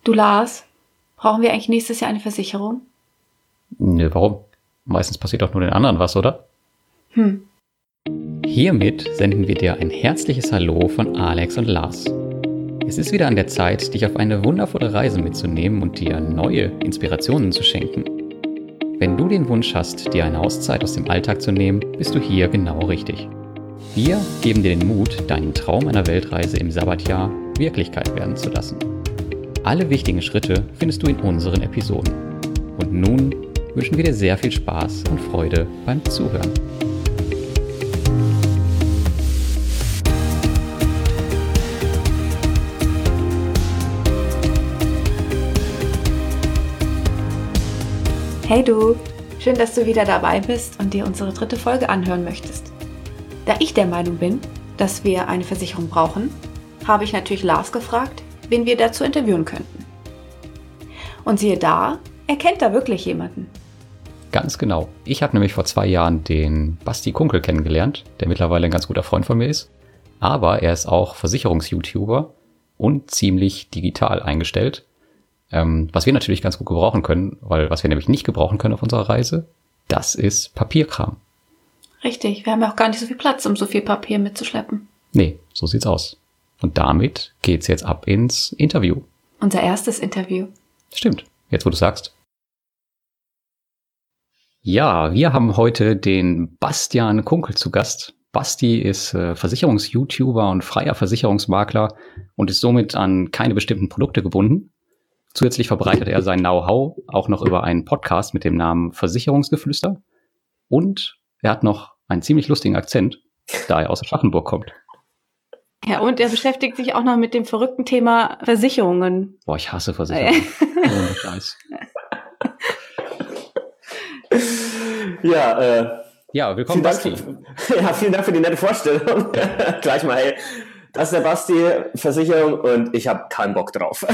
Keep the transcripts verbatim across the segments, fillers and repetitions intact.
Du Lars, brauchen wir eigentlich nächstes Jahr eine Versicherung? Nö, warum? Meistens passiert doch nur den anderen was, oder? Hm. Hiermit senden wir dir ein herzliches Hallo von Alex und Lars. Es ist wieder an der Zeit, dich auf eine wundervolle Reise mitzunehmen und dir neue Inspirationen zu schenken. Wenn du den Wunsch hast, dir eine Auszeit aus dem Alltag zu nehmen, bist du hier genau richtig. Wir geben dir den Mut, deinen Traum einer Weltreise im Sabbatjahr Wirklichkeit werden zu lassen. Alle wichtigen Schritte findest du in unseren Episoden. Und nun wünschen wir dir sehr viel Spaß und Freude beim Zuhören. Hey du, schön, dass du wieder dabei bist und dir unsere dritte Folge anhören möchtest. Da ich der Meinung bin, dass wir eine Versicherung brauchen, habe ich natürlich Lars gefragt, wen wir dazu interviewen könnten. Und siehe da, er kennt da wirklich jemanden. Ganz genau. Ich habe nämlich vor zwei Jahren den Basti Kunkel kennengelernt, der mittlerweile ein ganz guter Freund von mir ist. Aber er ist auch Versicherungs-YouTuber und ziemlich digital eingestellt. Ähm, was wir natürlich ganz gut gebrauchen können, weil was wir nämlich nicht gebrauchen können auf unserer Reise, das ist Papierkram. Richtig, wir haben ja auch gar nicht so viel Platz, um so viel Papier mitzuschleppen. Nee, so sieht's aus. Und damit geht's jetzt ab ins Interview. Unser erstes Interview. Stimmt, jetzt wo du sagst. Ja, wir haben heute den Bastian Kunkel zu Gast. Basti ist äh, Versicherungs-YouTuber und freier Versicherungsmakler und ist somit an keine bestimmten Produkte gebunden. Zusätzlich verbreitet er sein Know-how auch noch über einen Podcast mit dem Namen Versicherungsgeflüster. Und er hat noch einen ziemlich lustigen Akzent, da er aus Aschaffenburg kommt. Ja, und er beschäftigt sich auch noch mit dem verrückten Thema Versicherungen. Boah, ich hasse Versicherungen. Ohne Scheiß. Ja, äh, ja, willkommen, Basti. Für, ja, vielen Dank für die nette Vorstellung. Gleich mal, hey, das ist der Basti, Versicherung, und ich habe keinen Bock drauf.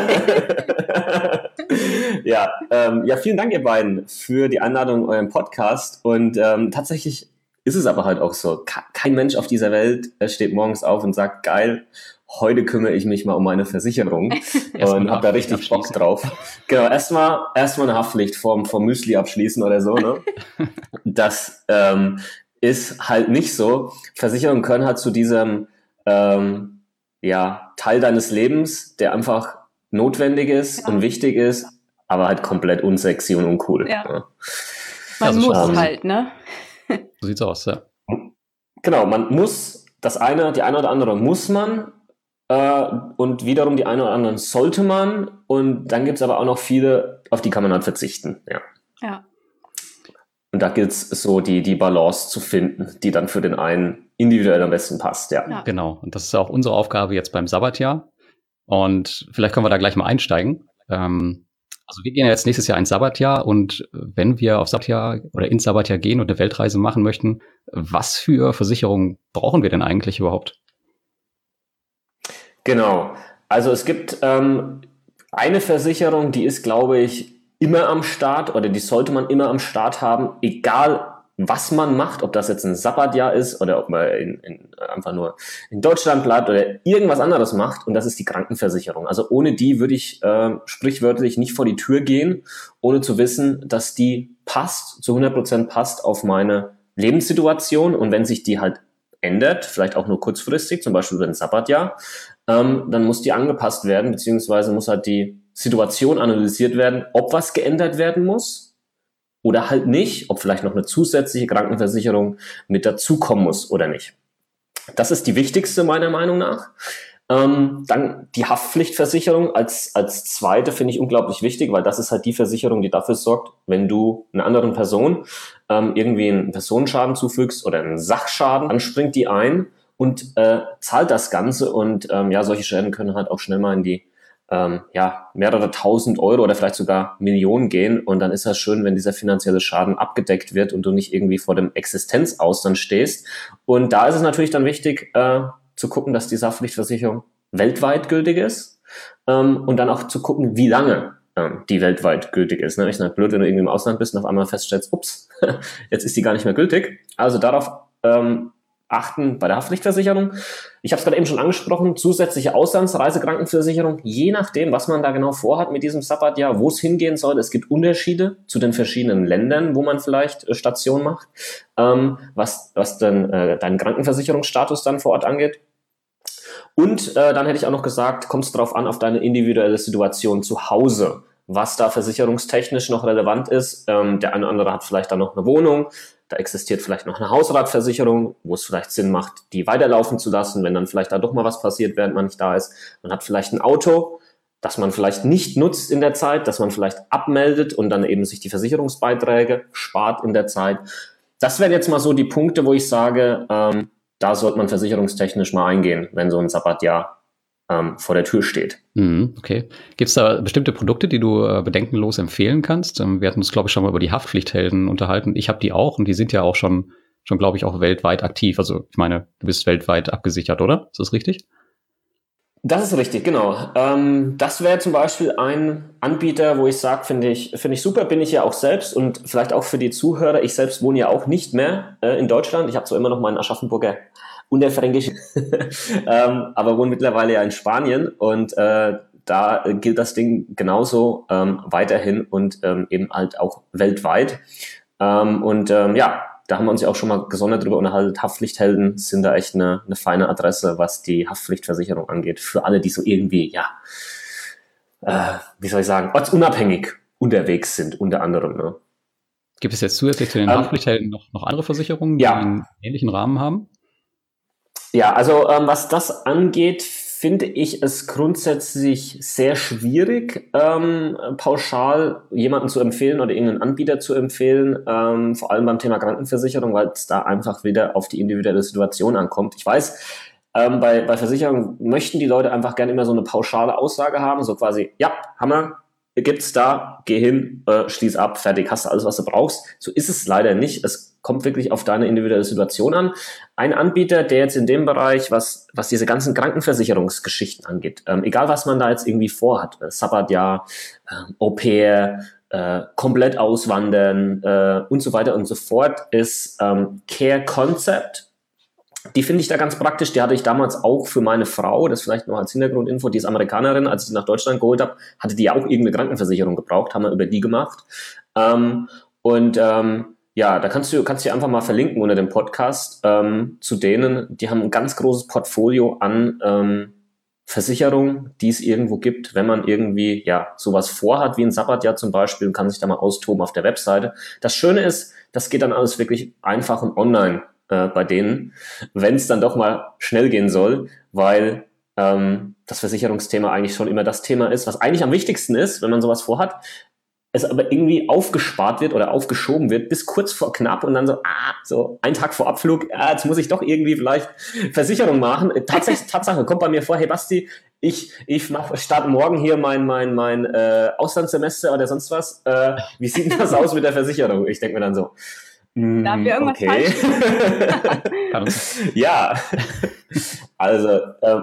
ja, ähm, ja, vielen Dank, ihr beiden, für die Einladung in eurem Podcast. Und ähm, tatsächlich ist es aber halt auch so. Kein Mensch auf dieser Welt steht morgens auf und sagt, geil, heute kümmere ich mich mal um meine Versicherung und habe da richtig Bock drauf. Genau, erstmal erstmal eine Haftpflicht vom, vom Müsli abschließen oder so. Ne? Das ähm, ist halt nicht so. Versicherungen können halt zu diesem ähm, ja, Teil deines Lebens, der einfach notwendig ist ja. und wichtig ist, aber halt komplett unsexy und uncool. Ja. Ja. Man also muss schon, halt, ne? So sieht's aus, ja. Genau, man muss, das eine, die eine oder andere muss man äh, und wiederum die eine oder anderen sollte man, und dann gibt's aber auch noch viele, auf die kann man halt verzichten, ja. Ja. Und da gilt es so, die, die Balance zu finden, die dann für den einen individuell am besten passt, ja. ja. Genau, und das ist auch unsere Aufgabe jetzt beim Sabbatjahr. Und vielleicht können wir da gleich mal einsteigen. Ähm, also wir gehen ja jetzt nächstes Jahr ins Sabbatjahr, und wenn wir auf Sabbatjahr oder ins Sabbatjahr gehen und eine Weltreise machen möchten, was für Versicherungen brauchen wir denn eigentlich überhaupt? Genau, also es gibt ähm, eine Versicherung, die ist, glaube ich, immer am Start, oder die sollte man immer am Start haben, egal was man macht, ob das jetzt ein Sabbatjahr ist oder ob man in, in, einfach nur in Deutschland bleibt oder irgendwas anderes macht, und das ist die Krankenversicherung. Also ohne die würde ich äh, sprichwörtlich nicht vor die Tür gehen, ohne zu wissen, dass die passt, zu hundert Prozent passt auf meine Lebenssituation, und wenn sich die halt ändert, vielleicht auch nur kurzfristig, zum Beispiel über ein Sabbatjahr, ähm, dann muss die angepasst werden, beziehungsweise muss halt die Situation analysiert werden, ob was geändert werden muss oder halt nicht, ob vielleicht noch eine zusätzliche Krankenversicherung mit dazukommen muss oder nicht. Das ist die wichtigste meiner Meinung nach. Ähm, dann die Haftpflichtversicherung als, als zweite finde ich unglaublich wichtig, weil das ist halt die Versicherung, die dafür sorgt, wenn du einer anderen Person ähm, irgendwie einen Personenschaden zufügst oder einen Sachschaden, dann springt die ein und äh, zahlt das Ganze, und ähm, ja, solche Schäden können halt auch schnell mal in die ähm, ja, mehrere tausend Euro oder vielleicht sogar Millionen gehen, und dann ist das schön, wenn dieser finanzielle Schaden abgedeckt wird und du nicht irgendwie vor dem Existenzausstand stehst. Und da ist es natürlich dann wichtig, äh, zu gucken, dass die Haftpflichtversicherung weltweit gültig ist, ähm, und dann auch zu gucken, wie lange ähm, die weltweit gültig ist. Ne? Ist halt blöd, wenn du irgendwie im Ausland bist und auf einmal feststellst, ups, jetzt ist die gar nicht mehr gültig. Also darauf ähm, achten bei der Haftpflichtversicherung. Ich habe es gerade eben schon angesprochen, zusätzliche Auslandsreisekrankenversicherung, je nachdem, was man da genau vorhat mit diesem Sabbatjahr, wo es hingehen soll. Es gibt Unterschiede zu den verschiedenen Ländern, wo man vielleicht äh, Station macht, ähm, was, was dann äh, deinen Krankenversicherungsstatus dann vor Ort angeht. Und äh, dann hätte ich auch noch gesagt, kommt es darauf an, auf deine individuelle Situation zu Hause, was da versicherungstechnisch noch relevant ist. Ähm, der eine oder andere hat vielleicht dann noch eine Wohnung, da existiert vielleicht noch eine Hausratversicherung, wo es vielleicht Sinn macht, die weiterlaufen zu lassen, wenn dann vielleicht da doch mal was passiert, während man nicht da ist. Man hat vielleicht ein Auto, das man vielleicht nicht nutzt in der Zeit, das man vielleicht abmeldet und dann eben sich die Versicherungsbeiträge spart in der Zeit. Das wären jetzt mal so die Punkte, wo ich sage, ähm, da sollte man versicherungstechnisch mal eingehen, wenn so ein Sabbatjahr ähm, vor der Tür steht. Mhm, okay. Gibt es da bestimmte Produkte, die du äh, bedenkenlos empfehlen kannst? Ähm, wir hatten uns, glaube ich, schon mal über die Haftpflichthelden unterhalten. Ich habe die auch und die sind ja auch schon, schon glaube ich, auch weltweit aktiv. Also ich meine, du bist weltweit abgesichert, oder? Ist das richtig? Das ist richtig, genau. Ähm, das wäre zum Beispiel ein Anbieter, wo ich sage, finde ich, finde ich super, bin ich ja auch selbst und vielleicht auch für die Zuhörer, ich selbst wohne ja auch nicht mehr äh, in Deutschland. Ich habe zwar immer noch meinen Aschaffenburger Unterfränkisch, ähm, aber wohne mittlerweile ja in Spanien und äh, da gilt das Ding genauso ähm, weiterhin und ähm, eben halt auch weltweit. Ähm, und ähm, ja, da haben wir uns ja auch schon mal gesondert drüber unterhalten. Haftpflichthelden sind da echt eine, eine feine Adresse, was die Haftpflichtversicherung angeht. Für alle, die so irgendwie, ja, äh, wie soll ich sagen, ortsunabhängig unterwegs sind, unter anderem. Ne? Gibt es jetzt zusätzlich zu den ähm, Haftpflichthelden noch, noch andere Versicherungen, die ja. einen ähnlichen Rahmen haben? Ja, also ähm, was das angeht, finde ich es grundsätzlich sehr schwierig, ähm, pauschal jemanden zu empfehlen oder irgendeinen Anbieter zu empfehlen, ähm, vor allem beim Thema Krankenversicherung, weil es da einfach wieder auf die individuelle Situation ankommt. Ich weiß, ähm, bei, bei Versicherungen möchten die Leute einfach gerne immer so eine pauschale Aussage haben, so quasi, ja, Hammer, gibt's da, geh hin, äh, schließ ab, fertig, hast du alles, was du brauchst. So ist es leider nicht. Es kommt wirklich auf deine individuelle Situation an. Ein Anbieter, der jetzt in dem Bereich, was was diese ganzen Krankenversicherungsgeschichten angeht, ähm, egal was man da jetzt irgendwie vorhat, äh, Sabbatjahr, äh, Au-pair, äh, komplett auswandern äh, und so weiter und so fort, ist ähm, Care Concept. Die finde ich da ganz praktisch. Die hatte ich damals auch für meine Frau, das vielleicht noch als Hintergrundinfo, die ist Amerikanerin, als ich sie nach Deutschland geholt habe, hatte die auch irgendeine Krankenversicherung gebraucht, haben wir über die gemacht. Ähm, und ähm, ja, da kannst du kannst du einfach mal verlinken unter dem Podcast ähm, zu denen. Die haben ein ganz großes Portfolio an ähm, Versicherungen, die es irgendwo gibt, wenn man irgendwie ja sowas vorhat, wie ein Sabbatjahr zum Beispiel, und kann sich da mal austoben auf der Webseite. Das Schöne ist, das geht dann alles wirklich einfach und online äh, bei denen, wenn es dann doch mal schnell gehen soll, weil ähm, das Versicherungsthema eigentlich schon immer das Thema ist, was eigentlich am wichtigsten ist, wenn man sowas vorhat, es aber irgendwie aufgespart wird oder aufgeschoben wird bis kurz vor knapp und dann so, ah, so ein Tag vor Abflug, ah, jetzt muss ich doch irgendwie vielleicht Versicherung machen. Tatsächlich, Tatsache, kommt bei mir vor, hey Basti, ich, ich mach, starte morgen hier mein, mein, mein äh, Auslandssemester oder sonst was. Äh, wie sieht denn das aus mit der Versicherung? Ich denke mir dann so, mm, da haben wir irgendwas okay. falsch. Ja, also äh,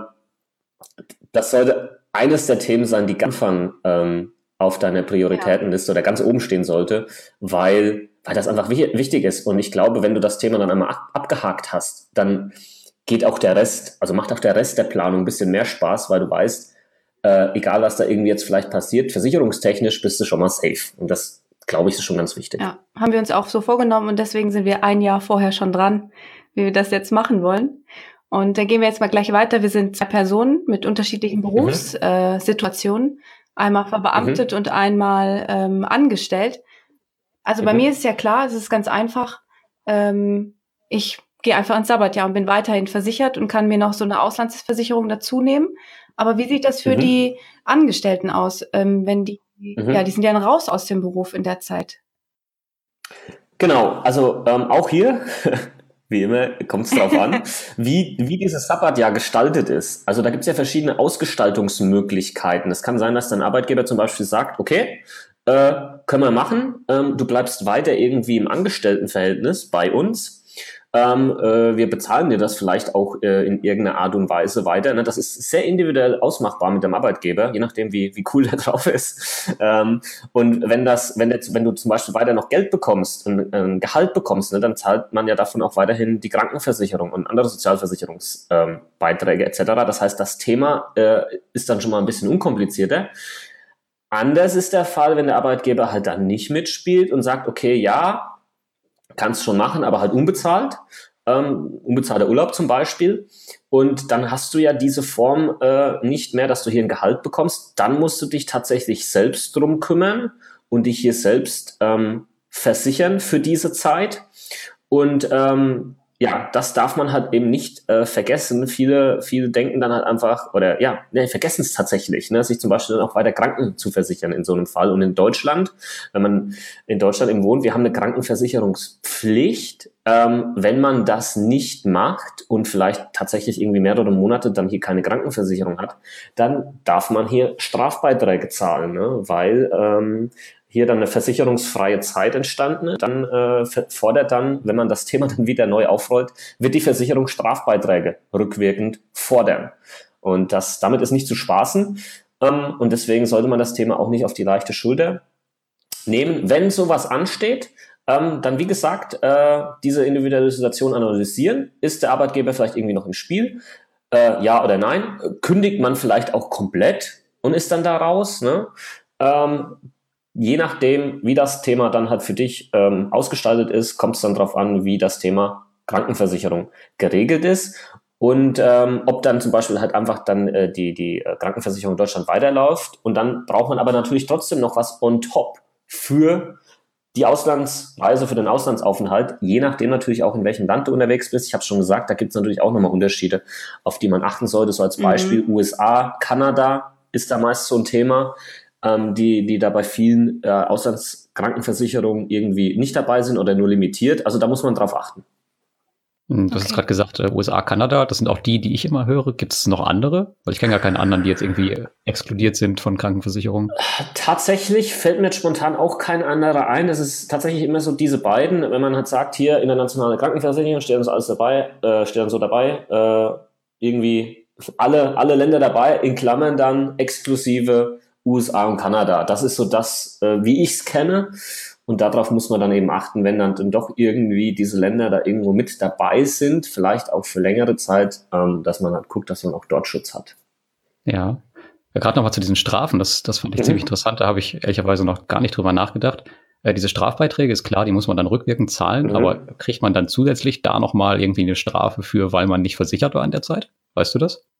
das sollte eines der Themen sein, die ganz Anfang ähm, auf deiner Prioritätenliste oder ganz oben stehen sollte, weil, weil das einfach wichtig ist. Und ich glaube, wenn du das Thema dann einmal abgehakt hast, dann geht auch der Rest, also macht auch der Rest der Planung ein bisschen mehr Spaß, weil du weißt, äh, egal was da irgendwie jetzt vielleicht passiert, versicherungstechnisch bist du schon mal safe. Und das, glaube ich, ist schon ganz wichtig. Ja, haben wir uns auch so vorgenommen und deswegen sind wir ein Jahr vorher schon dran, wie wir das jetzt machen wollen. Und da gehen wir jetzt mal gleich weiter. Wir sind zwei Personen mit unterschiedlichen Berufssituationen. Mhm. Einmal verbeamtet mhm. und einmal ähm, angestellt. Also mhm. bei mir ist ja klar, es ist ganz einfach. Ähm, ich gehe einfach ins Sabbatjahr und bin weiterhin versichert und kann mir noch so eine Auslandsversicherung dazu nehmen. Aber wie sieht das für mhm. die Angestellten aus, ähm, wenn die, mhm. ja, die sind ja raus aus dem Beruf in der Zeit? Genau, also ähm, auch hier wie immer, kommt es darauf an, wie, wie dieses Sabbatjahr gestaltet ist. Also da gibt es ja verschiedene Ausgestaltungsmöglichkeiten. Es kann sein, dass dein Arbeitgeber zum Beispiel sagt, okay, äh, können wir machen, ähm, du bleibst weiter irgendwie im Angestelltenverhältnis bei uns, ähm, äh, wir bezahlen dir das vielleicht auch äh, in irgendeiner Art und Weise weiter. Ne? Das ist sehr individuell ausmachbar mit dem Arbeitgeber, je nachdem, wie, wie cool der drauf ist. Ähm, und wenn das, wenn jetzt, wenn du zum Beispiel weiter noch Geld bekommst, ein, ein Gehalt bekommst, ne, dann zahlt man ja davon auch weiterhin die Krankenversicherung und andere Sozialversicherungsbeiträge ähm, et cetera. Das heißt, das Thema äh, ist dann schon mal ein bisschen unkomplizierter. Anders ist der Fall, wenn der Arbeitgeber halt dann nicht mitspielt und sagt, okay, ja, kannst schon machen, aber halt unbezahlt, ähm, unbezahlter Urlaub zum Beispiel. Und dann hast du ja diese Form äh, nicht mehr, dass du hier ein Gehalt bekommst. Dann musst du dich tatsächlich selbst drum kümmern und dich hier selbst ähm, versichern für diese Zeit. Und ähm, ja, das darf man halt eben nicht äh, vergessen. Viele, viele denken dann halt einfach, oder ja, ne, vergessen es tatsächlich, ne, sich zum Beispiel dann auch weiter Kranken zu versichern in so einem Fall. Und in Deutschland, wenn man in Deutschland eben wohnt, wir haben eine Krankenversicherungspflicht. Ähm, wenn man das nicht macht und vielleicht tatsächlich irgendwie mehrere Monate dann hier keine Krankenversicherung hat, dann darf man hier Strafbeiträge zahlen, ne, weil ähm, hier dann eine versicherungsfreie Zeit entstanden, dann äh, fordert dann, wenn man das Thema dann wieder neu aufrollt, wird die Versicherung Strafbeiträge rückwirkend fordern. Und das, damit ist nicht zu spaßen. Ähm, und deswegen sollte man das Thema auch nicht auf die leichte Schulter nehmen. Wenn sowas ansteht, ähm, dann wie gesagt, äh, diese individuelle Situation analysieren. Ist der Arbeitgeber vielleicht irgendwie noch im Spiel? Äh, ja oder nein? Kündigt man vielleicht auch komplett und ist dann da raus? Ne? Ähm, Je nachdem, wie das Thema dann halt für dich ähm, ausgestaltet ist, kommt es dann darauf an, wie das Thema Krankenversicherung geregelt ist und ähm, ob dann zum Beispiel halt einfach dann äh, die, die äh, Krankenversicherung in Deutschland weiterläuft. Und dann braucht man aber natürlich trotzdem noch was on top für die Auslandsreise, für den Auslandsaufenthalt, je nachdem natürlich auch, in welchem Land du unterwegs bist. Ich habe schon gesagt, da gibt es natürlich auch nochmal Unterschiede, auf die man achten sollte. So als Beispiel mhm. U S A, Kanada ist da meist so ein Thema. Ähm, die, die da bei vielen äh, Auslandskrankenversicherungen irgendwie nicht dabei sind oder nur limitiert. Also da muss man drauf achten. Du hast okay. gerade gesagt, äh, U S A, Kanada, das sind auch die, die ich immer höre. Gibt es noch andere? Weil ich kenne gar keinen anderen, die jetzt irgendwie äh, exkludiert sind von Krankenversicherungen. Tatsächlich fällt mir jetzt spontan auch kein anderer ein. Das ist tatsächlich immer so diese beiden. Wenn man halt sagt, hier internationale Krankenversicherung, steht uns alles dabei, äh, steht dann so dabei, äh, irgendwie alle, alle Länder dabei, in Klammern dann exklusive U S A und Kanada. Das ist so das, äh, wie ich es kenne. Und darauf muss man dann eben achten, wenn dann, dann doch irgendwie diese Länder da irgendwo mit dabei sind, vielleicht auch für längere Zeit, ähm, dass man halt guckt, dass man auch dort Schutz hat. Ja, ja gerade nochmal zu diesen Strafen, das, das fand ich mhm. ziemlich interessant, da habe ich ehrlicherweise noch gar nicht drüber nachgedacht. Äh, diese Strafbeiträge, ist klar, die muss man dann rückwirkend zahlen, mhm. aber kriegt man dann zusätzlich da nochmal irgendwie eine Strafe für, weil man nicht versichert war in der Zeit? Weißt du das?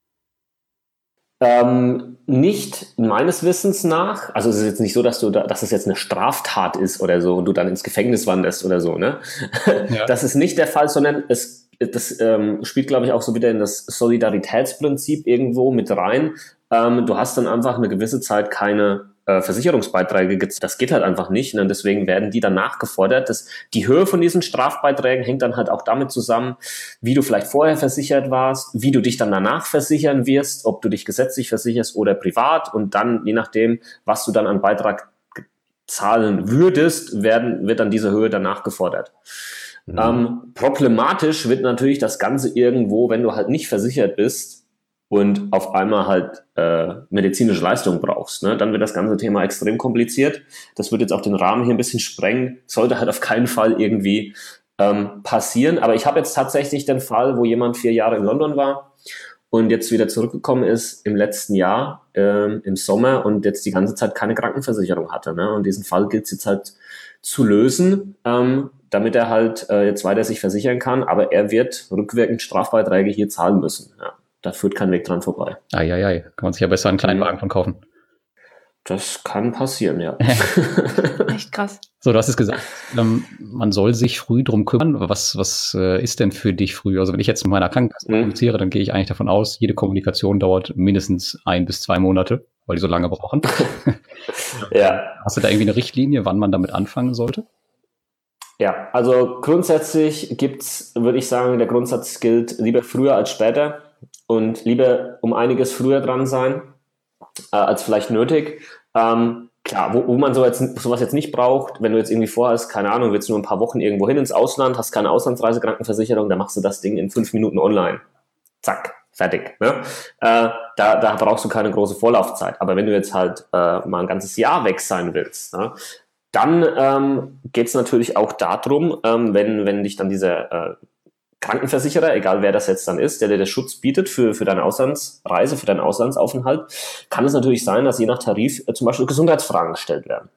Ähm, nicht meines Wissens nach. Also es ist jetzt nicht so, dass du da, dass es jetzt eine Straftat ist oder so und du dann ins Gefängnis wanderst oder so, ne? Ja. Das ist nicht der Fall, sondern es das ähm, spielt, glaube ich, auch so wieder in das Solidaritätsprinzip irgendwo mit rein. Ähm, du hast dann einfach eine gewisse Zeit keine äh, Versicherungsbeiträge gezahlt. Das geht halt einfach nicht. Und deswegen werden die dann nachgefordert. Das, die Höhe von diesen Strafbeiträgen hängt dann halt auch damit zusammen, wie du vielleicht vorher versichert warst, wie du dich dann danach versichern wirst, ob du dich gesetzlich versicherst oder privat. Und dann, je nachdem, was du dann an Beitrag zahlen würdest, werden, wird dann diese Höhe danach gefordert. Mhm. Ähm, problematisch wird natürlich das Ganze irgendwo, wenn du halt nicht versichert bist und auf einmal halt äh, medizinische Leistung brauchst, ne? Dann wird das ganze Thema extrem kompliziert. Das wird jetzt auch den Rahmen hier ein bisschen sprengen, sollte halt auf keinen Fall irgendwie ähm, passieren. Aber ich habe jetzt tatsächlich den Fall, wo jemand vier Jahre in London war und jetzt wieder zurückgekommen ist im letzten Jahr, ähm, im Sommer, und jetzt die ganze Zeit keine Krankenversicherung hatte, ne? Und diesen Fall gilt es jetzt halt zu lösen, ähm, damit er halt äh, jetzt weiter sich versichern kann, aber er wird rückwirkend Strafbeiträge hier zahlen müssen. Ja, da führt kein Weg dran vorbei. Eieiei, kann man sich ja besser einen kleinen Wagen von kaufen. Das kann passieren, ja. Echt krass. So, du hast es gesagt, ähm, man soll sich früh drum kümmern. Was, was äh, ist denn für dich früh? Also wenn ich jetzt mit meiner Krankenkasse mhm. kommuniziere, dann gehe ich eigentlich davon aus, jede Kommunikation dauert mindestens ein bis zwei Monate, weil die so lange brauchen. Ja. Hast du da irgendwie eine Richtlinie, wann man damit anfangen sollte? Ja, also grundsätzlich gibt's, würde ich sagen, der Grundsatz gilt, lieber früher als später und lieber um einiges früher dran sein, äh, als vielleicht nötig. Ähm, klar, wo, wo man so jetzt, sowas jetzt nicht braucht, wenn du jetzt irgendwie vorhast, keine Ahnung, willst nur ein paar Wochen irgendwo hin ins Ausland, hast keine Auslandsreisekrankenversicherung, dann machst du das Ding in fünf Minuten online. Zack, fertig. Ne? Äh, da, da brauchst du keine große Vorlaufzeit. Aber wenn du jetzt halt äh, mal ein ganzes Jahr weg sein willst, ne, dann ähm, geht es natürlich auch darum, ähm, wenn, wenn dich dann dieser äh, Krankenversicherer, egal wer das jetzt dann ist, der dir den Schutz bietet für, für deine Auslandsreise, für deinen Auslandsaufenthalt, kann es natürlich sein, dass je nach Tarif äh, zum Beispiel Gesundheitsfragen gestellt werden.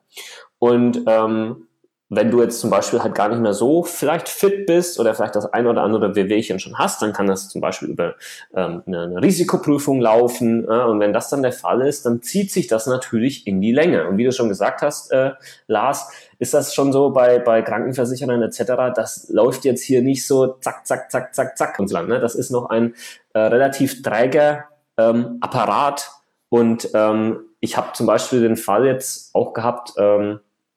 Und ähm, wenn du jetzt zum Beispiel halt gar nicht mehr so vielleicht fit bist oder vielleicht das ein oder andere Wehwehchen schon hast, dann kann das zum Beispiel über ähm, eine, eine Risikoprüfung laufen. Äh, und wenn das dann der Fall ist, dann zieht sich das natürlich in die Länge. Und wie du schon gesagt hast, äh, Lars, ist das schon so bei, bei Krankenversicherern et cetera, das läuft jetzt hier nicht so zack, zack, zack, zack, zack und so lang. Ne? Das ist noch ein äh, relativ träger ähm, Apparat. Und ähm, ich habe zum Beispiel den Fall jetzt auch gehabt, ähm,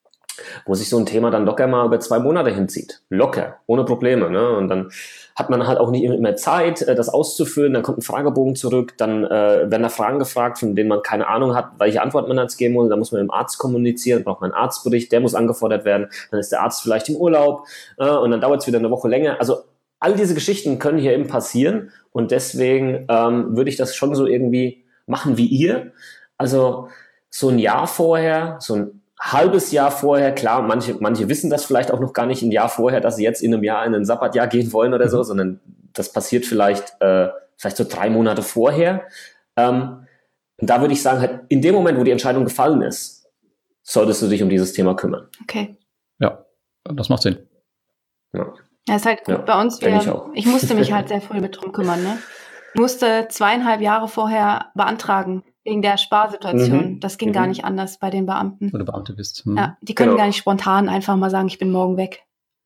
wo sich so ein Thema dann locker mal über zwei Monate hinzieht. Locker, ohne Probleme. Ne? Und dann hat man halt auch nicht immer Zeit, das auszuführen. Dann kommt ein Fragebogen zurück, dann äh, werden da Fragen gefragt, von denen man keine Ahnung hat, welche Antwort man jetzt geben muss. Da muss man mit dem Arzt kommunizieren, braucht man einen Arztbericht, der muss angefordert werden. Dann ist der Arzt vielleicht im Urlaub äh, und dann dauert es wieder eine Woche länger. Also all diese Geschichten können hier eben passieren und deswegen ähm, würde ich das schon so irgendwie machen wie ihr. Also so ein Jahr vorher, so ein halbes Jahr vorher, klar, manche, manche wissen das vielleicht auch noch gar nicht ein Jahr vorher, dass sie jetzt in einem Jahr in ein Sabbatjahr gehen wollen oder so, sondern das passiert vielleicht, äh, vielleicht so drei Monate vorher. Ähm, und da würde ich sagen, halt in dem Moment, wo die Entscheidung gefallen ist, solltest du dich um dieses Thema kümmern. Okay. Ja, das macht Sinn. Ja, ja ist halt gut Ja, bei uns. Wir, ich, auch. ich musste mich halt sehr früh mit drum kümmern. Ne? Ich musste zweieinhalb Jahre vorher beantragen. Wegen der Sparsituation. Mhm. Das ging mhm. gar nicht anders bei den Beamten. Wo du Beamte bist. Hm. Ja, die können Genau. gar nicht spontan einfach mal sagen, ich bin morgen weg.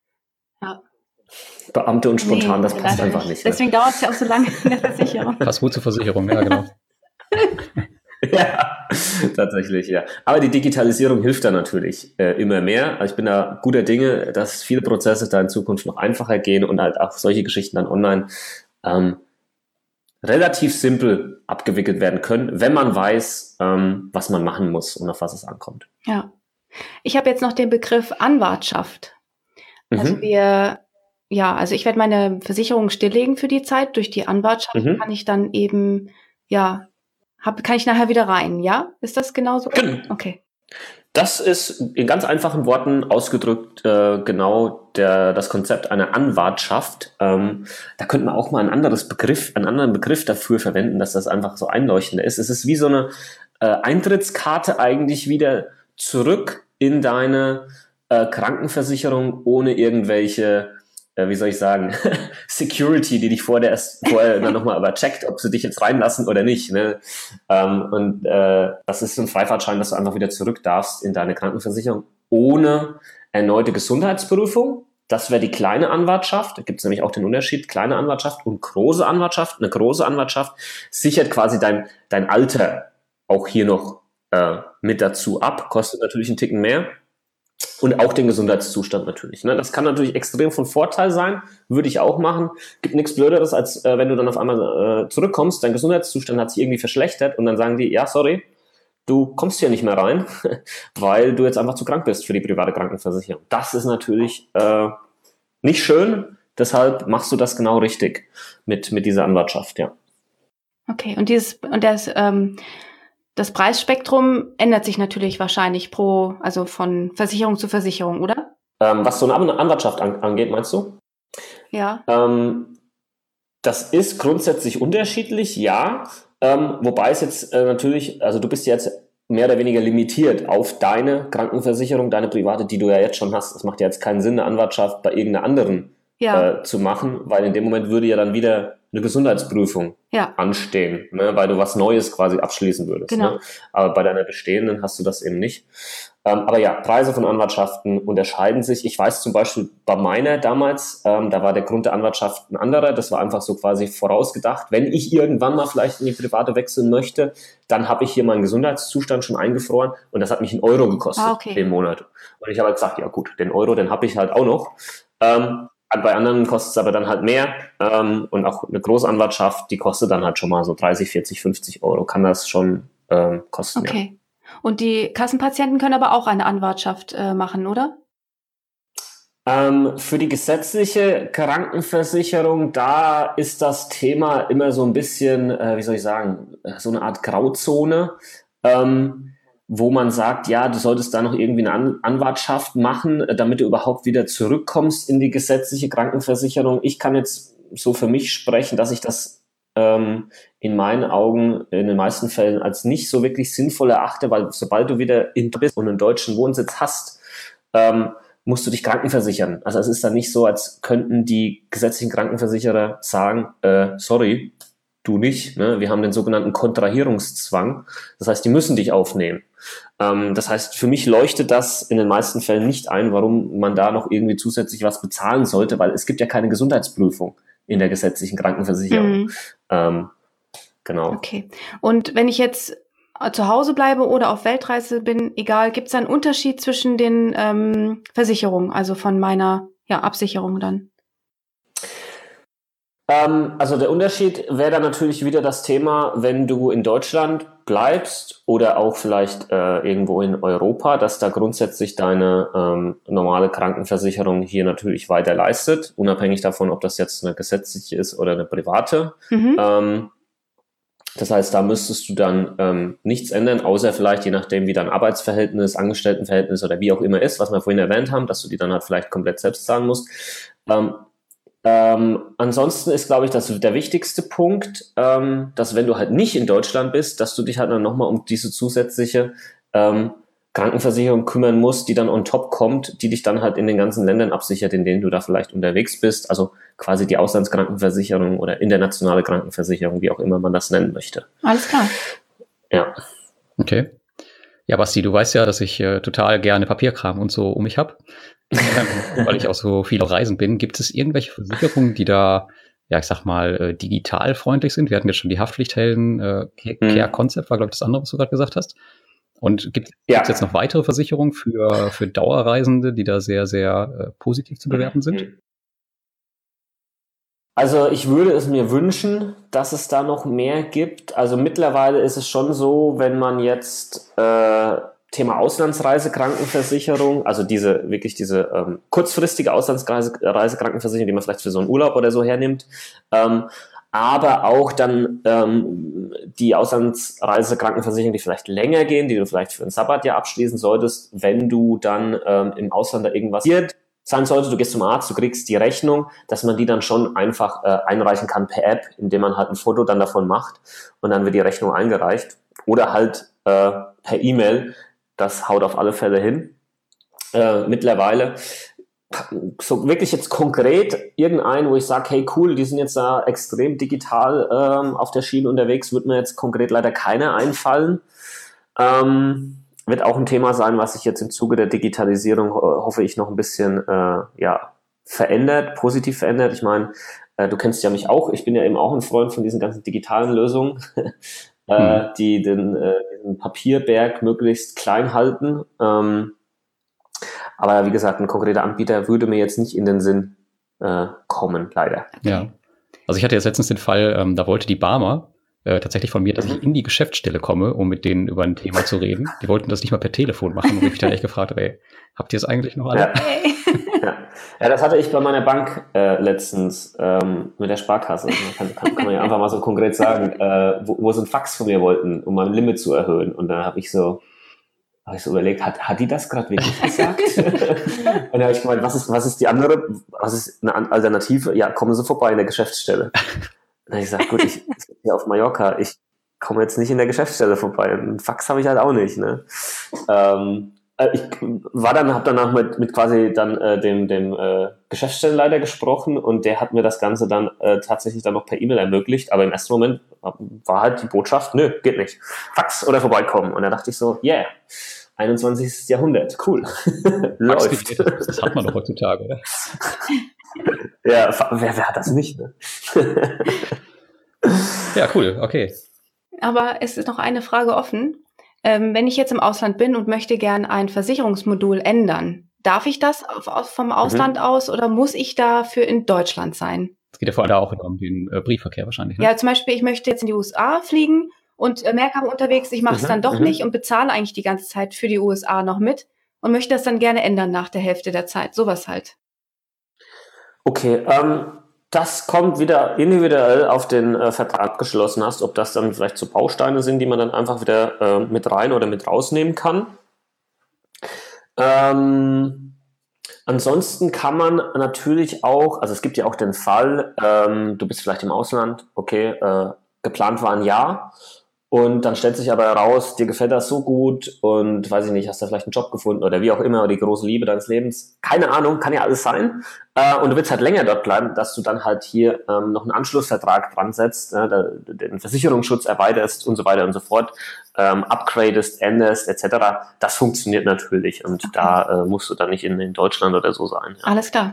Ja. Beamte und spontan, Nee, das passt leider einfach nicht. nicht. Ne? Deswegen dauert es ja auch so lange in der Versicherung. Passt gut zur Versicherung, ja, genau. Ja, tatsächlich, ja. Aber die Digitalisierung hilft da natürlich äh, immer mehr. Also ich bin da guter Dinge, dass viele Prozesse da in Zukunft noch einfacher gehen und halt auch solche Geschichten dann online ähm, relativ simpel abgewickelt werden können, wenn man weiß, ähm, was man machen muss und auf was es ankommt. Ja. Ich habe jetzt noch den Begriff Anwartschaft. Also Mhm. wir, ja, also ich werde meine Versicherung stilllegen für die Zeit. Durch die Anwartschaft Mhm. kann ich dann eben, ja, hab, kann ich nachher wieder rein, ja? Ist das genauso? Genau. Okay. Das ist in ganz einfachen Worten ausgedrückt äh, genau der, das Konzept einer Anwartschaft. Ähm, da könnte man auch mal ein anderes Begriff, einen anderen Begriff dafür verwenden, dass das einfach so einleuchtender ist. Es ist wie so eine äh, Eintrittskarte eigentlich wieder zurück in deine äh, Krankenversicherung ohne irgendwelche, äh, wie soll ich sagen, Security, die dich vorher erst vorher dann nochmal aber checkt, ob sie dich jetzt reinlassen oder nicht. Ne? Ähm, und äh, das ist so ein Freifahrtschein, dass du einfach wieder zurück darfst in deine Krankenversicherung ohne erneute Gesundheitsprüfung. Das wäre die kleine Anwartschaft. Da gibt es nämlich auch den Unterschied, kleine Anwartschaft und große Anwartschaft. Eine große Anwartschaft sichert quasi dein, dein Alter auch hier noch äh, mit dazu ab. Kostet natürlich einen Ticken mehr. Und auch den Gesundheitszustand natürlich. Ne? Das kann natürlich extrem von Vorteil sein, würde ich auch machen. Gibt nichts Blöderes, als äh, wenn du dann auf einmal äh, zurückkommst, dein Gesundheitszustand hat sich irgendwie verschlechtert und dann sagen die, ja, sorry, du kommst hier nicht mehr rein, weil du jetzt einfach zu krank bist für die private Krankenversicherung. Das ist natürlich äh, nicht schön, deshalb machst du das genau richtig mit, mit dieser Anwartschaft, ja. Okay, und dieses, und das, ähm, das Preisspektrum ändert sich natürlich wahrscheinlich pro, also von Versicherung zu Versicherung, oder? Ähm, was so eine Anwartschaft an, angeht, meinst du? Ja. Ähm, das ist grundsätzlich unterschiedlich, ja. Ähm, wobei es jetzt äh, natürlich, also du bist jetzt mehr oder weniger limitiert auf deine Krankenversicherung, deine private, die du ja jetzt schon hast. Es macht ja jetzt keinen Sinn, eine Anwartschaft bei irgendeiner anderen Ja. äh, zu machen, weil in dem Moment würde ja dann wieder eine Gesundheitsprüfung Ja. anstehen, ne, weil du was Neues quasi abschließen würdest. Genau. Ne? Aber bei deiner bestehenden hast du das eben nicht. Ähm, aber ja, Preise von Anwartschaften unterscheiden sich. Ich weiß zum Beispiel bei meiner damals, ähm, da war der Grund der Anwartschaft ein anderer. Das war einfach so quasi vorausgedacht. Wenn ich irgendwann mal vielleicht in die private wechseln möchte, dann habe ich hier meinen Gesundheitszustand schon eingefroren und das hat mich einen Euro gekostet Ah, okay. im Monat. Und ich habe halt gesagt, ja gut, den Euro, den habe ich halt auch noch. Ähm, Bei anderen kostet es aber dann halt mehr ähm, und auch eine Großanwartschaft, die kostet dann halt schon mal so dreißig, vierzig, fünfzig Euro, kann das schon ähm, kosten. Okay. Und die Kassenpatienten können aber auch eine Anwartschaft äh, machen, oder? Ähm, für die gesetzliche Krankenversicherung, da ist das Thema immer so ein bisschen, äh, wie soll ich sagen, so eine Art Grauzone, ähm, wo man sagt, ja, du solltest da noch irgendwie eine An- Anwartschaft machen, äh, damit du überhaupt wieder zurückkommst in die gesetzliche Krankenversicherung. Ich kann jetzt so für mich sprechen, dass ich das ähm, in meinen Augen in den meisten Fällen als nicht so wirklich sinnvoll erachte, weil sobald du wieder in bist und einen deutschen Wohnsitz hast, ähm, musst du dich krankenversichern. Also es ist dann nicht so, als könnten die gesetzlichen Krankenversicherer sagen, äh, sorry, du nicht. Ne? Wir haben den sogenannten Kontrahierungszwang. Das heißt, die müssen dich aufnehmen. Ähm, das heißt, für mich leuchtet das in den meisten Fällen nicht ein, warum man da noch irgendwie zusätzlich was bezahlen sollte, weil es gibt ja keine Gesundheitsprüfung in der gesetzlichen Krankenversicherung. Mhm. Ähm, genau. Okay. Und wenn ich jetzt zu Hause bleibe oder auf Weltreise bin, egal, gibt es einen Unterschied zwischen den ähm, Versicherungen, also von meiner ja, Absicherung dann? Ähm, also der Unterschied wäre dann natürlich wieder das Thema, wenn du in Deutschland bleibst oder auch vielleicht äh, irgendwo in Europa, dass da grundsätzlich deine ähm, normale Krankenversicherung hier natürlich weiter leistet, unabhängig davon, ob das jetzt eine gesetzliche ist oder eine private. Mhm. Ähm, Das heißt, da müsstest du dann ähm, nichts ändern, außer vielleicht, je nachdem, wie dein Arbeitsverhältnis, Angestelltenverhältnis oder wie auch immer ist, was wir vorhin erwähnt haben, dass du die dann halt vielleicht komplett selbst zahlen musst. Ähm, ähm, ansonsten ist, glaube ich, das der wichtigste Punkt, ähm, dass wenn du halt nicht in Deutschland bist, dass du dich halt dann nochmal um diese zusätzliche ähm, Krankenversicherung kümmern musst, die dann on top kommt, die dich dann halt in den ganzen Ländern absichert, in denen du da vielleicht unterwegs bist. Also quasi die Auslandskrankenversicherung oder internationale Krankenversicherung, wie auch immer man das nennen möchte. Alles klar. Ja. Okay. Ja, Basti, du weißt ja, dass ich äh, total gerne Papierkram und so um mich habe, ähm, weil ich auch so viel auf Reisen bin. Gibt es irgendwelche Versicherungen, die da, ja, ich sag mal, äh, digital freundlich sind? Wir hatten jetzt schon die Haftpflichthelden, äh, Care Hm. Concept war, glaube ich, das andere, was du gerade gesagt hast. Und gibt es Ja. jetzt noch weitere Versicherungen für, für Dauerreisende, die da sehr, sehr äh, positiv zu bewerten sind? Also ich würde es mir wünschen, dass es da noch mehr gibt. Also mittlerweile ist es schon so, wenn man jetzt äh, Thema Auslandsreisekrankenversicherung, also diese wirklich diese ähm, kurzfristige Auslandsreisekrankenversicherung, die man vielleicht für so einen Urlaub oder so hernimmt, ähm, aber auch dann ähm, die Auslandsreisekrankenversicherung, die vielleicht länger gehen, die du vielleicht für ein Sabbatjahr abschließen solltest, wenn du dann ähm, im Ausland da irgendwas passiert sein sollte, du gehst zum Arzt, du kriegst die Rechnung, dass man die dann schon einfach äh, einreichen kann per App, indem man halt ein Foto dann davon macht und dann wird die Rechnung eingereicht. Oder halt äh, per E-Mail, das haut auf alle Fälle hin. Äh, mittlerweile so wirklich jetzt konkret irgendein, wo ich sage, hey cool, die sind jetzt da extrem digital ähm, auf der Schiene unterwegs, wird mir jetzt konkret leider keiner einfallen. Ähm, wird auch ein Thema sein, was sich jetzt im Zuge der Digitalisierung, ho- hoffe ich, noch ein bisschen äh, ja, verändert, positiv verändert. Ich meine, äh, du kennst ja mich auch, ich bin ja eben auch ein Freund von diesen ganzen digitalen Lösungen, äh, Hm. die den, äh, den Papierberg möglichst klein halten. Ähm, aber wie gesagt, ein konkreter Anbieter würde mir jetzt nicht in den Sinn äh, kommen, leider. Ja. Also ich hatte jetzt letztens den Fall, ähm, da wollte die Barmer äh, tatsächlich von mir, dass ich in die Geschäftsstelle komme, um mit denen über ein Thema zu reden. Die wollten das nicht mal per Telefon machen, wo ich mich dann echt gefragt habe, ey, habt ihr es eigentlich noch alle? Ja. Ja. Ja, das hatte ich bei meiner Bank äh, letztens ähm, mit der Sparkasse. Kann, kann, kann man ja einfach mal so konkret sagen, äh, wo, wo sie ein Fax von mir wollten, um mein Limit zu erhöhen. Und dann habe ich so habe ich so überlegt, hat, hat die das gerade wirklich gesagt? Und dann habe ich gemeint, was ist, was ist die andere, was ist eine Alternative? Ja, kommen Sie vorbei in der Geschäftsstelle. Und dann habe ich gesagt, gut, ich bin hier auf Mallorca, ich komme jetzt nicht in der Geschäftsstelle vorbei. Ein Fax habe ich halt auch nicht. Ne? Ähm, ich war dann, habe danach mit, mit quasi dann äh, dem, dem äh, Geschäftsstellenleiter gesprochen und der hat mir das Ganze dann äh, tatsächlich dann noch per E-Mail ermöglicht, aber im ersten Moment war halt die Botschaft, nö, geht nicht. Fax oder vorbeikommen. Und da dachte ich so, yeah, einundzwanzigstes Jahrhundert, cool. Läuft. Das hat man doch heutzutage, oder? Ja, wer, wer hat das nicht, ne? Ja, cool, okay. Aber es ist noch eine Frage offen. Ähm, wenn ich jetzt im Ausland bin und möchte gern ein Versicherungsmodul ändern, darf ich das auf, auf, vom Ausland mhm. aus oder muss ich dafür in Deutschland sein? Es geht ja vor allem auch um den äh, Briefverkehr wahrscheinlich, ne? Ja, zum Beispiel, ich möchte jetzt in die U S A fliegen und äh, merke aber unterwegs, ich mache es Mhm, dann doch mhm. nicht und bezahle eigentlich die ganze Zeit für die U S A noch mit und möchte das dann gerne ändern nach der Hälfte der Zeit. Sowas halt. Okay, ähm, das kommt wieder individuell auf den äh, Vertrag geschlossen hast, ob das dann vielleicht so Bausteine sind, die man dann einfach wieder äh, mit rein oder mit rausnehmen kann. Ähm, ansonsten kann man natürlich auch, also es gibt ja auch den Fall, ähm, du bist vielleicht im Ausland, okay, äh, geplant war ein Jahr und dann stellt sich aber heraus, dir gefällt das so gut und weiß ich nicht, hast du vielleicht einen Job gefunden oder wie auch immer, oder die große Liebe deines Lebens, keine Ahnung, kann ja alles sein, äh, und du willst halt länger dort bleiben, dass du dann halt hier ähm, noch einen Anschlussvertrag dran setzt, äh, da, den Versicherungsschutz erweiterst und so weiter und so fort, ähm, upgradest, änderst et cetera. Das funktioniert natürlich und Okay. da äh, musst du dann nicht in, in Deutschland oder so sein. Ja. Alles klar.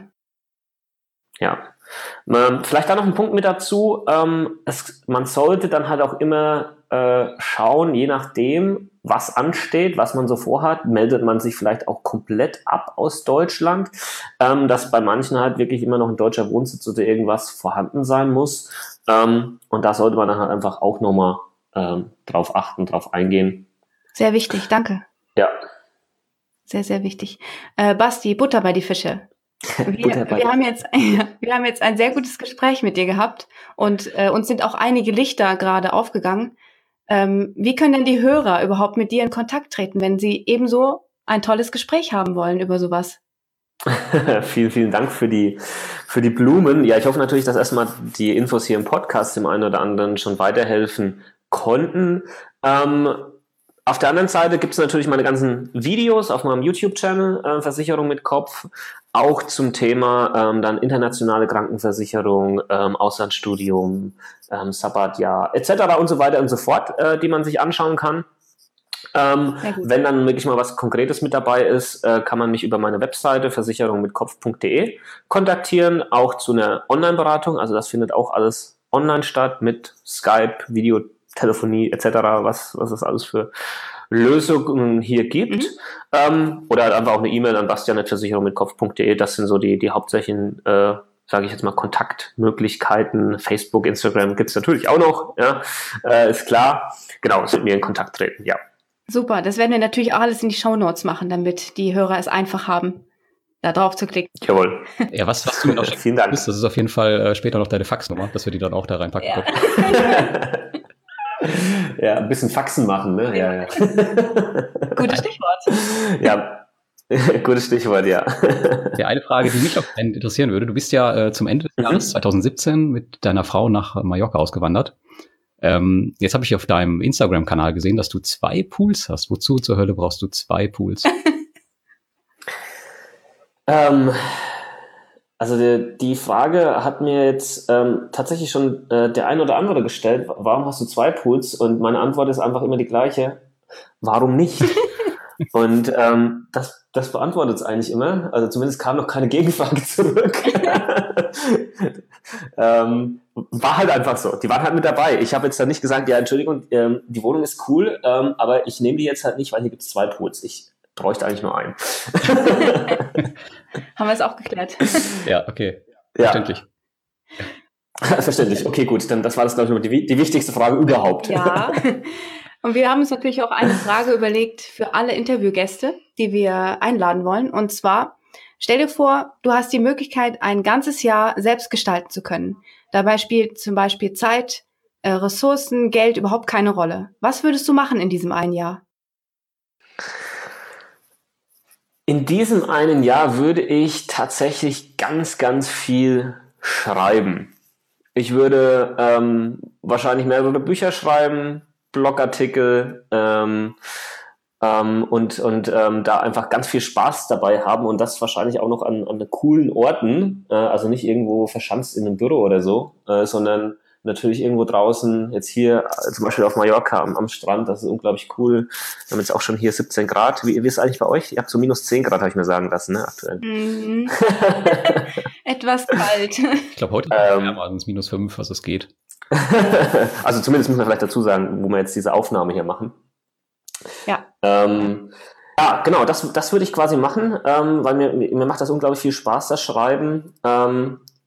Ja. Ähm, vielleicht da noch ein Punkt mit dazu. Ähm, es, man sollte dann halt auch immer äh, schauen, je nachdem, was ansteht, was man so vorhat, meldet man sich vielleicht auch komplett ab aus Deutschland, ähm, dass bei manchen halt wirklich immer noch ein deutscher Wohnsitz oder irgendwas vorhanden sein muss. Ähm, und da sollte man dann halt einfach auch nochmal ähm, drauf achten, drauf eingehen. Sehr wichtig, danke. Ja. Sehr, sehr wichtig. Äh, Basti, Butter bei die Fische. Wir, Butter bei- wir, haben jetzt, wir haben jetzt ein sehr gutes Gespräch mit dir gehabt und äh, uns sind auch einige Lichter gerade aufgegangen. Ähm, wie können denn die Hörer überhaupt mit dir in Kontakt treten, wenn sie ebenso ein tolles Gespräch haben wollen über sowas? vielen, vielen Dank für die, für die Blumen. Ja, ich hoffe natürlich, dass erstmal die Infos hier im Podcast dem einen oder anderen schon weiterhelfen konnten. Ähm, auf der anderen Seite gibt es natürlich meine ganzen Videos auf meinem YouTube-Channel, äh, Versicherung mit Kopf, auch zum Thema ähm, dann internationale Krankenversicherung, ähm, Auslandsstudium, ähm, Sabbatjahr et cetera und so weiter und so fort, äh, die man sich anschauen kann. Ähm, Sehr gut. wenn dann wirklich mal was Konkretes mit dabei ist, äh, kann man mich über meine Webseite versicherung mit kopf punkt de kontaktieren, auch zu einer Online-Beratung. Also das findet auch alles online statt mit Skype, Videotelefonie et cetera, was, was es alles für Lösungen hier gibt. Mhm. Ähm, oder halt einfach auch eine E-Mail an bastian at versicherung mit kopf punkt de. Das sind so die, die hauptsächlichen, äh, sage ich jetzt mal, Kontaktmöglichkeiten. Facebook, Instagram gibt's natürlich auch noch, ja, äh, ist klar. Genau, es mit mir in Kontakt treten, ja. Super, das werden wir natürlich auch alles in die Shownotes machen, damit die Hörer es einfach haben, da drauf zu klicken. Jawohl. Ja, was, was du mir noch schicken Vielen Dank. willst, das ist auf jeden Fall äh, später noch deine Faxnummer, dass wir die dann auch da reinpacken Ja. können. Ja, ein bisschen Faxen machen, ne? Ja, ja. Gutes Stichwort. Ja, gutes Stichwort, ja. Ja, eine Frage, die mich auch interessieren würde. Du bist ja äh, zum Ende des Mhm. Jahres zwanzig siebzehn mit deiner Frau nach Mallorca ausgewandert. Ähm, jetzt habe ich auf deinem Instagram-Kanal gesehen, dass du zwei Pools hast. Wozu zur Hölle brauchst du zwei Pools? Ähm, also die, die Frage hat mir jetzt ähm, tatsächlich schon äh, der ein oder andere gestellt. Warum hast du zwei Pools? Und meine Antwort ist einfach immer die gleiche. Warum nicht? Und ähm, das, das beantwortet es eigentlich immer. Also zumindest kam noch keine Gegenfrage zurück. ähm, war halt einfach so. Die waren halt mit dabei. Ich habe jetzt dann nicht gesagt, ja, Entschuldigung, ähm, die Wohnung ist cool, ähm, aber ich nehme die jetzt halt nicht, weil hier gibt es zwei Pools. Ich bräuchte eigentlich nur einen. Haben wir es auch geklärt. Ja, okay. Ja. Verständlich. Verständlich. Okay, gut. Dann das war das, glaube ich, die, die wichtigste Frage überhaupt. Ja. Und wir haben uns natürlich auch eine Frage überlegt für alle Interviewgäste, die wir einladen wollen. Und zwar, stell dir vor, du hast die Möglichkeit, ein ganzes Jahr selbst gestalten zu können. Dabei spielt zum Beispiel Zeit, äh, Ressourcen, Geld überhaupt keine Rolle. Was würdest du machen in diesem einen Jahr? In diesem einen Jahr würde ich tatsächlich ganz, ganz viel schreiben. Ich würde ähm, wahrscheinlich mehrere Bücher schreiben, Blogartikel ähm, ähm, und, und ähm, da einfach ganz viel Spaß dabei haben und das wahrscheinlich auch noch an, an coolen Orten, äh, also nicht irgendwo verschanzt in einem Büro oder so, äh, sondern natürlich irgendwo draußen, jetzt hier äh, zum Beispiel auf Mallorca am, am Strand, das ist unglaublich cool. Wir haben jetzt auch schon hier siebzehn Grad. Wie, wie ist es eigentlich bei euch? Ihr habt so minus zehn Grad, habe ich mir sagen lassen, ne, aktuell. Mhm. Etwas kalt. Ich glaube, heute Ähm. waren es minus fünf, was es geht. Also zumindest muss man vielleicht dazu sagen, wo wir jetzt diese Aufnahme hier machen. Ja. Ähm, ja, genau, das, das würde ich quasi machen, ähm, weil mir, mir macht das unglaublich viel Spaß, das Schreiben. Ähm,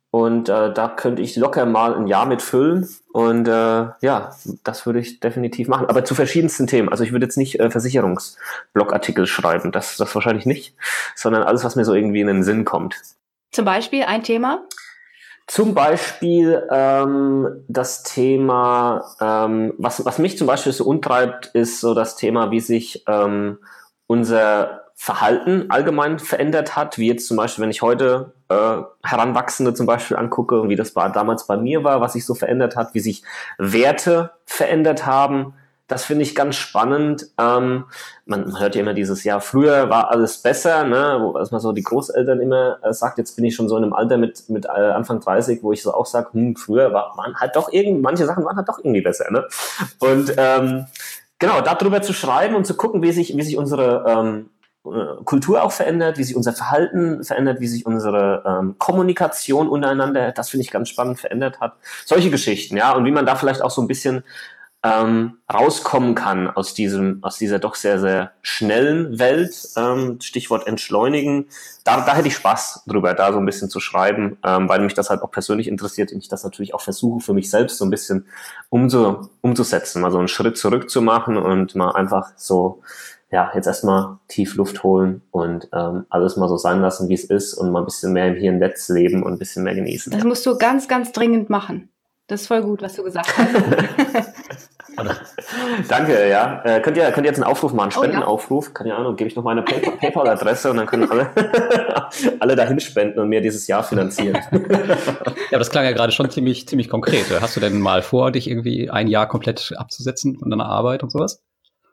Und äh, da könnte ich locker mal ein Jahr mit füllen. Und äh, ja, das würde ich definitiv machen. Aber zu verschiedensten Themen. Also ich würde jetzt nicht äh, Versicherungsblogartikel schreiben. Das, das wahrscheinlich nicht. Sondern alles, was mir so irgendwie in den Sinn kommt. Zum Beispiel ein Thema? Zum Beispiel ähm, das Thema, ähm, was, was mich zum Beispiel so umtreibt, ist so das Thema, wie sich ähm, unser Verhalten allgemein verändert hat, wie jetzt zum Beispiel, wenn ich heute äh, Heranwachsende zum Beispiel angucke und wie das bei, damals bei mir war, was sich so verändert hat, wie sich Werte verändert haben. Das finde ich ganz spannend. Ähm, man, man hört ja immer dieses Jahr, früher war alles besser, ne? Wo was man so die Großeltern immer äh, sagt, jetzt bin ich schon so in einem Alter mit mit äh, Anfang dreißig, wo ich so auch sage, hm, früher war, waren halt doch irgendwie, manche Sachen waren halt doch irgendwie besser, ne? Und ähm, genau, darüber zu schreiben und zu gucken, wie sich wie sich unsere ähm, Kultur auch verändert, wie sich unser Verhalten verändert, wie sich unsere ähm, Kommunikation untereinander, das finde ich ganz spannend, verändert hat. Solche Geschichten, ja, und wie man da vielleicht auch so ein bisschen ähm, rauskommen kann aus diesem, aus dieser doch sehr, sehr schnellen Welt, ähm, Stichwort entschleunigen. Da, da hätte ich Spaß drüber, da so ein bisschen zu schreiben, ähm, weil mich das halt auch persönlich interessiert und ich das natürlich auch versuche, für mich selbst so ein bisschen umzu, umzusetzen, mal so einen Schritt zurück zu machen und mal einfach so, ja, jetzt erstmal tief Luft holen und ähm, alles mal so sein lassen, wie es ist und mal ein bisschen mehr im Hier und Jetzt leben und ein bisschen mehr genießen. Das musst du ganz, ganz dringend machen. Das ist voll gut, was du gesagt hast. Danke, ja. Äh, könnt ihr könnt ihr jetzt einen Aufruf machen, einen Spendenaufruf? Oh, ja. Keine Ahnung, gebe ich noch meine Pay- PayPal-Adresse und dann können alle, alle dahin spenden und mir dieses Jahr finanzieren. Ja, das klang ja gerade schon ziemlich, ziemlich konkret. Hast du denn mal vor, dich irgendwie ein Jahr komplett abzusetzen von deiner Arbeit und sowas?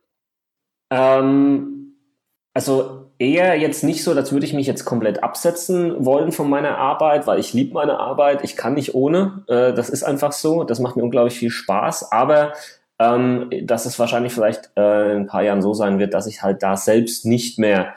Ähm, also eher jetzt nicht so, als würde ich mich jetzt komplett absetzen wollen von meiner Arbeit, weil ich liebe meine Arbeit, ich kann nicht ohne, äh, das ist einfach so, das macht mir unglaublich viel Spaß, aber ähm, dass es wahrscheinlich vielleicht äh, in ein paar Jahren so sein wird, dass ich halt da selbst nicht mehr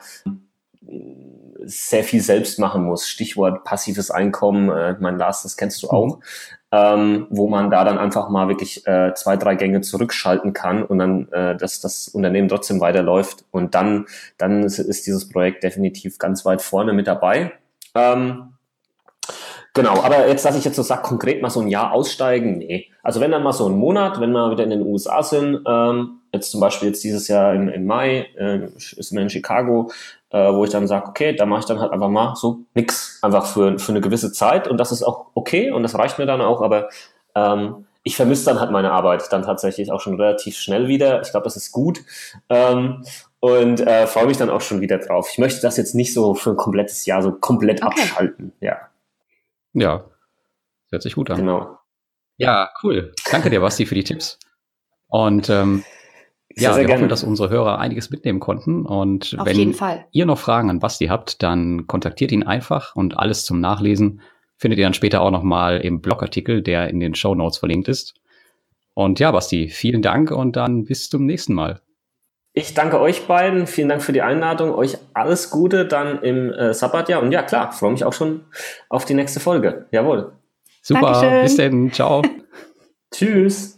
sehr viel selbst machen muss. Stichwort passives Einkommen, äh, mein Lars, das kennst du auch. Mhm. Ähm, wo man da dann einfach mal wirklich äh, zwei, drei Gänge zurückschalten kann und dann, äh, dass das Unternehmen trotzdem weiterläuft. Und dann, dann ist, ist dieses Projekt definitiv ganz weit vorne mit dabei. Ähm, genau, aber jetzt, dass ich jetzt so sage, konkret mal so ein Jahr aussteigen, nee. Also wenn dann mal so ein Monat, wenn wir wieder in den U S A sind, ähm, jetzt zum Beispiel jetzt dieses Jahr im, im Mai, äh, ist man in Chicago, äh, wo ich dann sage, okay, da mache ich dann halt einfach mal so nix, einfach für, für eine gewisse Zeit und das ist auch okay und das reicht mir dann auch, aber ähm, ich vermisse dann halt meine Arbeit dann tatsächlich auch schon relativ schnell wieder. Ich glaube, das ist gut ähm, und äh, freue mich dann auch schon wieder drauf. Ich möchte das jetzt nicht so für ein komplettes Jahr so komplett okay. abschalten, ja. Ja, hört sich gut an. Genau. Ja, cool. Danke dir, Basti, für die Tipps. Und ähm, ja, wir hoffen, dass unsere Hörer einiges mitnehmen konnten. Und Auf wenn jeden Fall. ihr noch Fragen an Basti habt, dann kontaktiert ihn einfach und alles zum Nachlesen findet ihr dann später auch nochmal im Blogartikel, der in den Shownotes verlinkt ist. Und ja, Basti, vielen Dank und dann bis zum nächsten Mal. Ich danke euch beiden. Vielen Dank für die Einladung. Euch alles Gute dann im äh, Sabbatjahr. Und ja, klar, freue mich auch schon auf die nächste Folge. Jawohl. Super, Dankeschön. Bis dann. Ciao. Tschüss.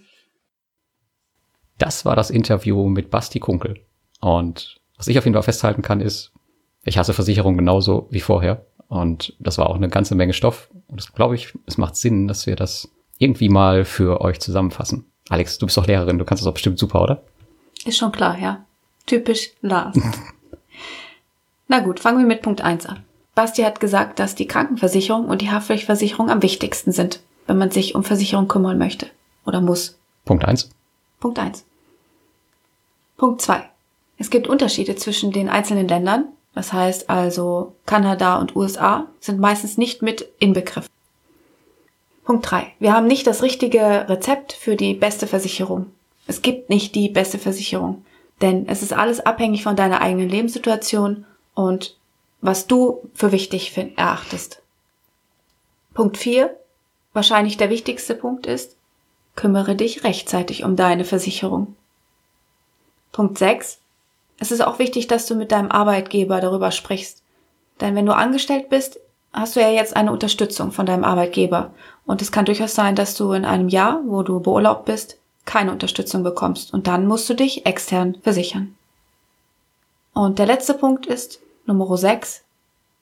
Das war das Interview mit Basti Kunkel. Und was ich auf jeden Fall festhalten kann, ist, ich hasse Versicherungen genauso wie vorher. Und das war auch eine ganze Menge Stoff. Und das glaube ich, es macht Sinn, dass wir das irgendwie mal für euch zusammenfassen. Alex, du bist doch Lehrerin, du kannst das auch bestimmt super, oder? Ist schon klar, ja. Typisch Lars. Na gut, fangen wir mit Punkt eins an. Basti hat gesagt, dass die Krankenversicherung und die Haftpflichtversicherung am wichtigsten sind, wenn man sich um Versicherung kümmern möchte oder muss. Punkt eins. Punkt eins. Punkt zwei. Es gibt Unterschiede zwischen den einzelnen Ländern. Das heißt also, Kanada und U S A sind meistens nicht mit inbegriffen. Punkt drei. Wir haben nicht das richtige Rezept für die beste Versicherung. Es gibt nicht die beste Versicherung, denn es ist alles abhängig von deiner eigenen Lebenssituation und was du für wichtig find, erachtest. Punkt vier. Wahrscheinlich der wichtigste Punkt ist, kümmere dich rechtzeitig um deine Versicherung. Punkt sechs. Es ist auch wichtig, dass du mit deinem Arbeitgeber darüber sprichst. Denn wenn du angestellt bist, hast du ja jetzt eine Unterstützung von deinem Arbeitgeber. Und es kann durchaus sein, dass du in einem Jahr, wo du beurlaubt bist, keine Unterstützung bekommst. Und dann musst du dich extern versichern. Und der letzte Punkt ist, Nummer sechs.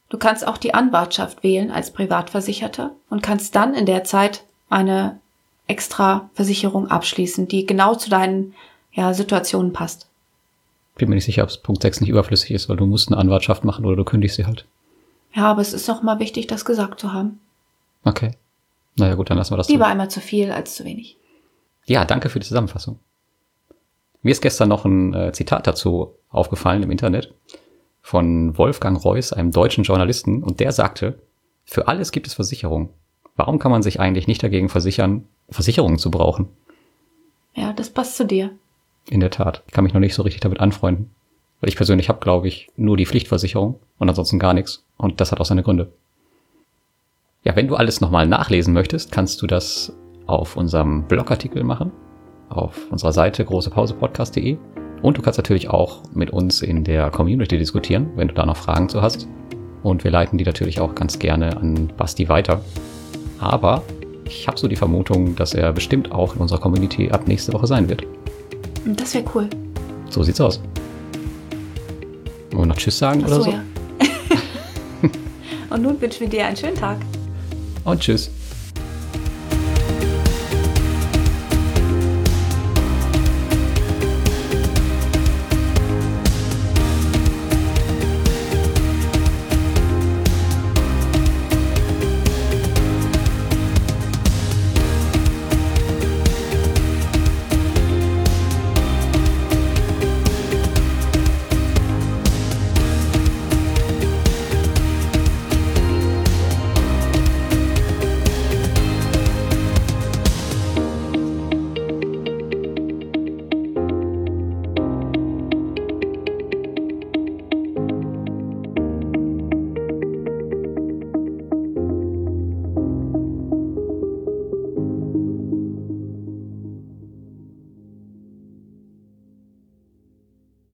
Du kannst auch die Anwartschaft wählen als Privatversicherter und kannst dann in der Zeit eine extra Versicherung abschließen, die genau zu deinen ja, Situationen passt. Bin mir nicht sicher, ob es Punkt sechs nicht überflüssig ist, weil du musst eine Anwartschaft machen oder du kündigst sie halt. Ja, aber es ist auch mal wichtig, das gesagt zu haben. Okay. Naja gut, dann lassen wir das. Lieber so. einmal zu viel als zu wenig. Ja, danke für die Zusammenfassung. Mir ist gestern noch ein äh, Zitat dazu aufgefallen im Internet von Wolfgang Reuss, einem deutschen Journalisten, und der sagte, für alles gibt es Versicherungen. Warum kann man sich eigentlich nicht dagegen versichern, Versicherungen zu brauchen? Ja, das passt zu dir. In der Tat. Ich kann mich noch nicht so richtig damit anfreunden. Weil ich persönlich habe, glaube ich, nur die Pflichtversicherung und ansonsten gar nichts. Und das hat auch seine Gründe. Ja, wenn du alles nochmal nachlesen möchtest, kannst du das auf unserem Blogartikel machen, auf unserer Seite großepausepodcast punkt de. Und du kannst natürlich auch mit uns in der Community diskutieren, wenn du da noch Fragen zu hast. Und wir leiten die natürlich auch ganz gerne an Basti weiter. Aber ich habe so die Vermutung, dass er bestimmt auch in unserer Community ab nächste Woche sein wird. Das wäre cool. So sieht's aus. Wollen wir noch Tschüss sagen Ach oder so? so? Ja. Und nun wünschen wir dir einen schönen Tag. Und Tschüss.